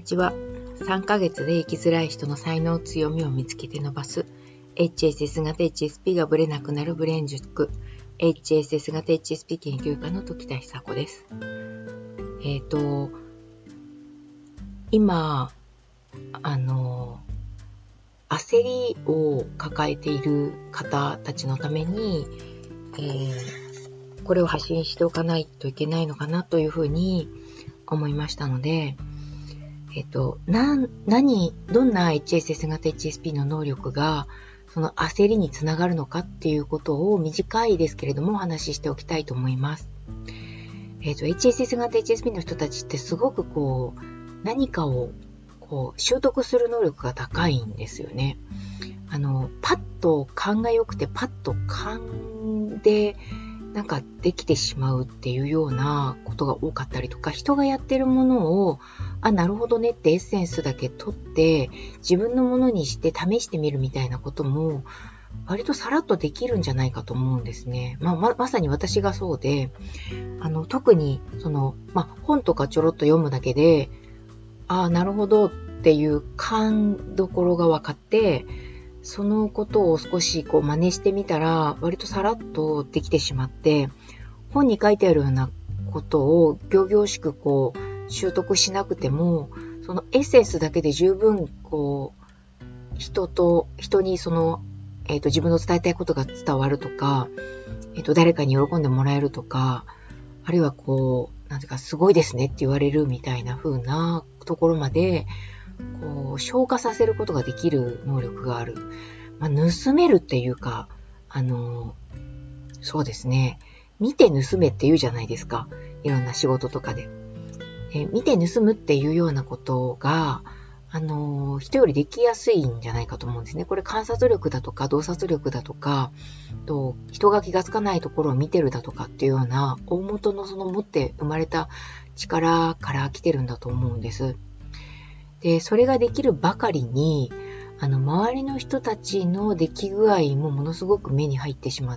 ちは。3ヶ月で生きづらい人の才能強みを見つけて伸ばす HSS 型 HSP がブレなくなるブレン塾 HSS 型 HSP 研究家の時田久子です。今焦りを抱えている方たちのために、これを発信しておかないといけないのかなというふうに思いましたので、どんな HSS 型 HSP の能力がその焦りにつながるのかっていうことを短いですけれどもお話ししておきたいと思います。HSS 型 HSP の人たちってすごく何かを習得する能力が高いんですよね。パッと勘が良くてパッと勘でなんかできてしまうっていうようなことが多かったりとか、人がやってるものをなるほどねってエッセンスだけ取って自分のものにして試してみるみたいなことも割とさらっとできるんじゃないかと思うんですね。まさに私がそうで、特に本とかちょろっと読むだけでなるほどっていう勘どころが分かって、そのことを少し真似してみたら割とさらっとできてしまって、本に書いてあるようなことを仰々しく習得しなくても、そのエッセンスだけで十分人に自分の伝えたいことが伝わるとか、誰かに喜んでもらえるとか、あるいはなんていうかすごいですねって言われるみたいな風なところまで消化させることができる能力がある。盗めるっていうか、そうですね。見て盗めって言うじゃないですか。いろんな仕事とかで。見て盗むっていうようなことが、人よりできやすいんじゃないかと思うんですね。これ観察力だとか洞察力だとか、人が気がつかないところを見てるだとかっていうような大元の持って生まれた力から来てるんだと思うんです。で、それができるばかりに、周りの人たちの出来具合もものすごく目に入ってしまって、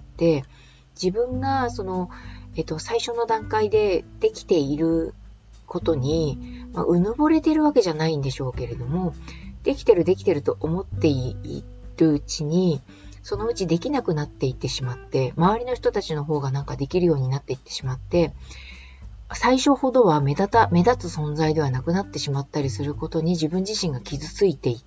自分が最初の段階でできていることに、うぬぼれてるわけじゃないんでしょうけれども、できてると思っているうちに、そのうちできなくなっていってしまって、周りの人たちの方がなんかできるようになっていってしまって、最初ほどは目立つ存在ではなくなってしまったりすることに自分自身が傷ついていって、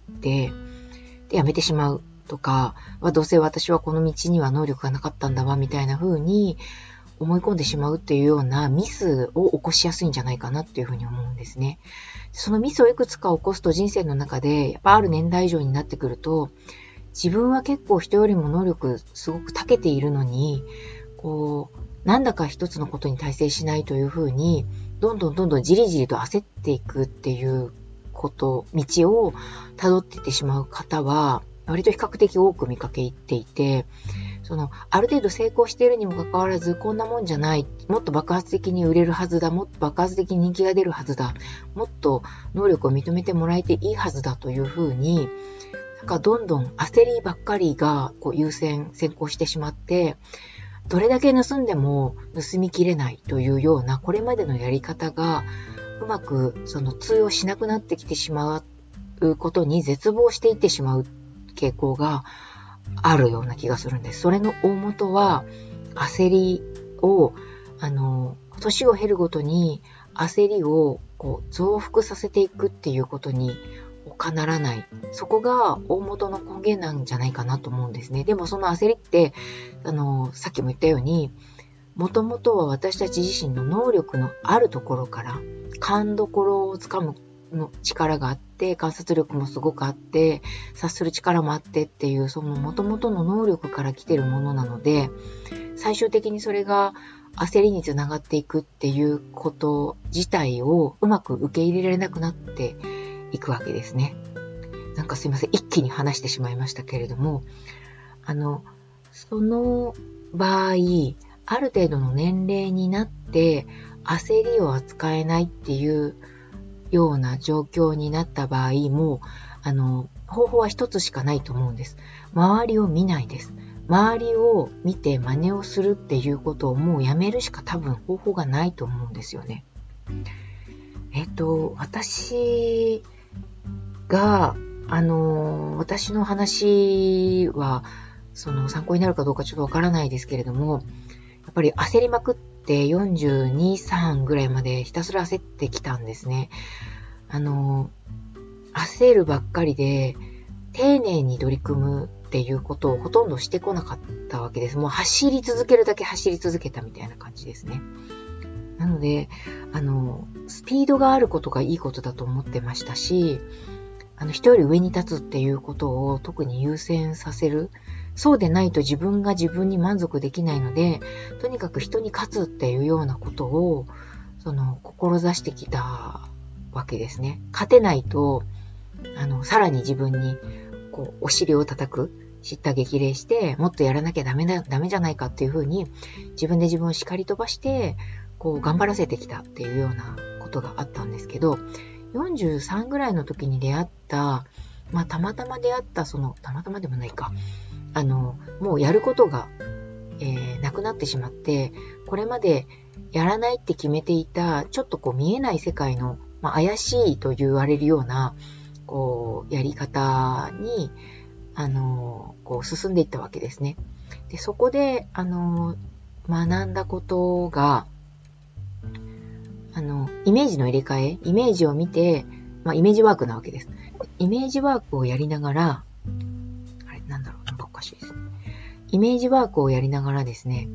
で、やめてしまうとか、どうせ私はこの道には能力がなかったんだわ、みたいな風に思い込んでしまうっていうようなミスを起こしやすいんじゃないかなっていう風に思うんですね。そのミスをいくつか起こすと人生の中で、やっぱある年代以上になってくると、自分は結構人よりも能力すごく長けているのに、なんだか一つのことに耐性しないというふうに、どんどんじりじりと焦っていくっていう道を辿っていってしまう方は、割と比較的多く見かけていて、ある程度成功しているにもかかわらず、こんなもんじゃない、もっと爆発的に売れるはずだ、もっと爆発的に人気が出るはずだ、もっと能力を認めてもらえていいはずだというふうに、どんどん焦りばっかりが先行してしまって、どれだけ盗んでも盗みきれないというようなこれまでのやり方がうまく通用しなくなってきてしまうことに絶望していってしまう傾向があるような気がするんです。それの大元は焦りを年を経るごとに焦りを増幅させていくっていうことに他ならない。そこが大元の根源なんじゃないかなと思うんですね。でもその焦りって、さっきも言ったように、もともとは私たち自身の能力のあるところから、勘どころをつかむ力があって、観察力もすごくあって、察する力もあってっていう、そのもともとの能力から来てるものなので、最終的にそれが焦りにつながっていくっていうこと自体をうまく受け入れられなくなっていくわけですね。なんかすいません、一気に話してしまいましたけれども、その場合、ある程度の年齢になって焦りを扱えないっていうような状況になった場合も、方法は一つしかないと思うんです。周りを見ないです。周りを見て真似をするっていうことをもうやめるしか多分方法がないと思うんですよね。私が、私の話は、参考になるかどうかちょっとわからないですけれども、やっぱり焦りまくって42、3ぐらいまでひたすら焦ってきたんですね。焦るばっかりで、丁寧に取り組むっていうことをほとんどしてこなかったわけです。もう走り続けるだけ走り続けたみたいな感じですね。なので、スピードがあることがいいことだと思ってましたし、人より上に立つっていうことを特に優先させる。そうでないと自分が自分に満足できないので、とにかく人に勝つっていうようなことを、志してきたわけですね。勝てないと、さらに自分に、お尻を叩く、叱咤激励して、もっとやらなきゃダメじゃないかっていうふうに、自分で自分を叱り飛ばして、頑張らせてきたっていうようなことがあったんですけど、43ぐらいの時に出会った、たまたま出会った、たまたまでもないか、もうやることが、なくなってしまって、これまでやらないって決めていた、ちょっと見えない世界の、怪しいと言われるような、やり方に、進んでいったわけですね。で、そこで、学んだことが、イメージの入れ替え、イメージを見て、イメージワークなわけです。イメージワークをやりながら、なんかおかしいですね。イメージワークをやりながらですね、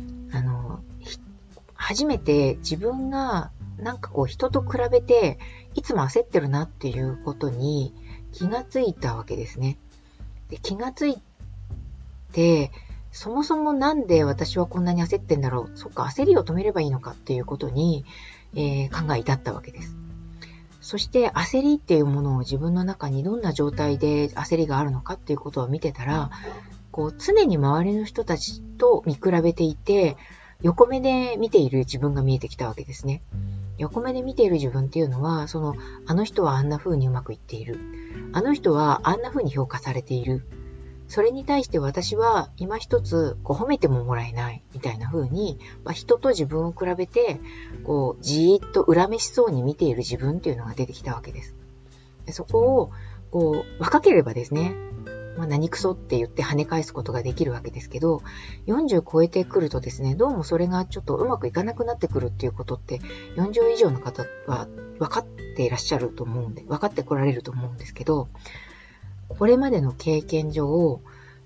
初めて自分が人と比べていつも焦ってるなっていうことに気がついたわけですね。で、気がついて、そもそもなんで私はこんなに焦ってんだろう。そっか、焦りを止めればいいのかっていうことに、考え至ったわけです。そして焦りっていうものを自分の中にどんな状態で焦りがあるのかっていうことを見てたら、常に周りの人たちと見比べていて、横目で見ている自分が見えてきたわけですね。横目で見ている自分っていうのは、あの人はあんな風にうまくいっている。あの人はあんな風に評価されている。それに対して私は今一つ褒めてももらえないみたいな風に、人と自分を比べてじーっと恨めしそうに見ている自分っていうのが出てきたわけです。でそこを若ければですね、何クソって言って跳ね返すことができるわけですけど、40超えてくるとですね、どうもそれがちょっとうまくいかなくなってくるっていうことって40以上の方は分かっていらっしゃると思うんで、分かってこられると思うんですけど、これまでの経験上、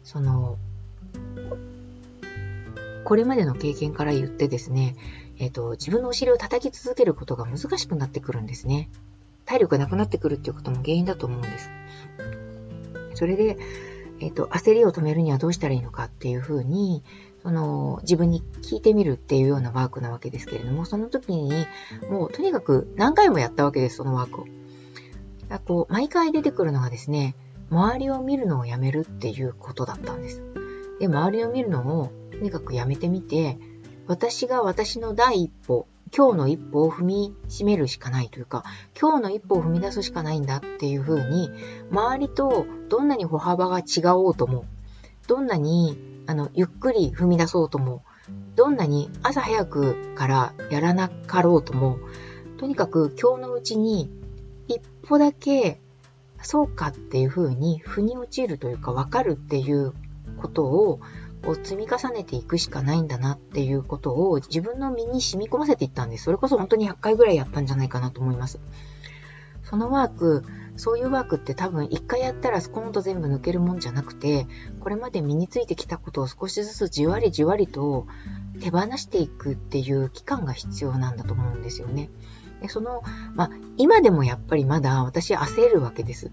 これまでの経験から言ってですね、自分のお尻を叩き続けることが難しくなってくるんですね。体力がなくなってくるっていうことも原因だと思うんです。それで、焦りを止めるにはどうしたらいいのかっていうふうに、自分に聞いてみるっていうようなワークなわけですけれども、その時に、もうとにかく何回もやったわけです、そのワークを。毎回出てくるのがですね、周りを見るのをやめるっていうことだったんです。で、周りを見るのをとにかくやめてみて、私が私の第一歩、今日の一歩を踏みしめるしかないというか、今日の一歩を踏み出すしかないんだっていうふうに、周りとどんなに歩幅が違おうとも、どんなにゆっくり踏み出そうとも、どんなに朝早くからやらなかろうとも、とにかく今日のうちに一歩だけそうかっていうふうに腑に落ちるというか分かるっていうことを積み重ねていくしかないんだなっていうことを自分の身に染み込ませていったんです。それこそ本当に100回ぐらいやったんじゃないかなと思います。そのワーク、そういうワークって多分1回やったらスコーンと全部抜けるもんじゃなくて、これまで身についてきたことを少しずつじわりじわりと手放していくっていう期間が必要なんだと思うんですよね。で今でもやっぱりまだ私焦るわけです。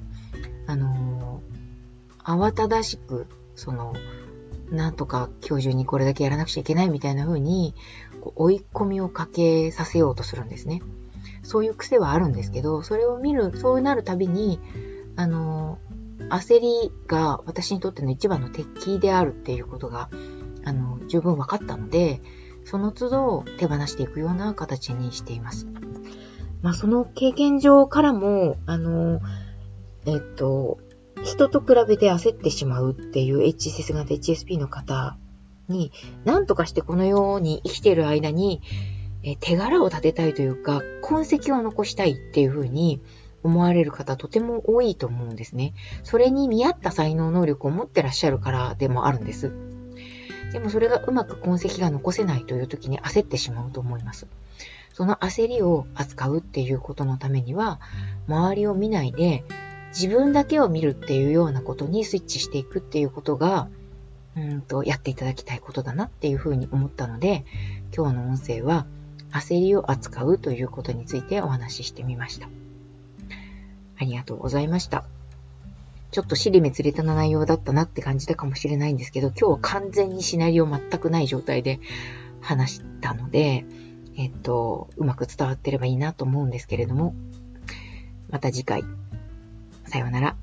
慌ただしく、なんとか今日中にこれだけやらなくちゃいけないみたいな風に追い込みをかけさせようとするんですね。そういう癖はあるんですけど、それを見る、そうなるたびに、焦りが私にとっての一番の敵であるっていうことが、十分分かったので、その都度手放していくような形にしています。その経験上からも、人と比べて焦ってしまうっていう HSS 型 HSP の方に、何とかしてこの世に生きている間に、手柄を立てたいというか、痕跡を残したいっていうふうに、 思われる方とても多いと思うんですね。それに見合った才能能力を持ってらっしゃるからでもあるんです。でもそれがうまく痕跡が残せないという時に焦ってしまうと思います。その焦りを扱うっていうことのためには、周りを見ないで自分だけを見るっていうようなことにスイッチしていくっていうことが、やっていただきたいことだなっていうふうに思ったので、今日の音声は焦りを扱うということについてお話ししてみました。ありがとうございました。ちょっと尻滅裂な内容だったなって感じたかもしれないんですけど、今日は完全にシナリオ全くない状態で話したので、うまく伝わってればいいなと思うんですけれども、また次回、さようなら。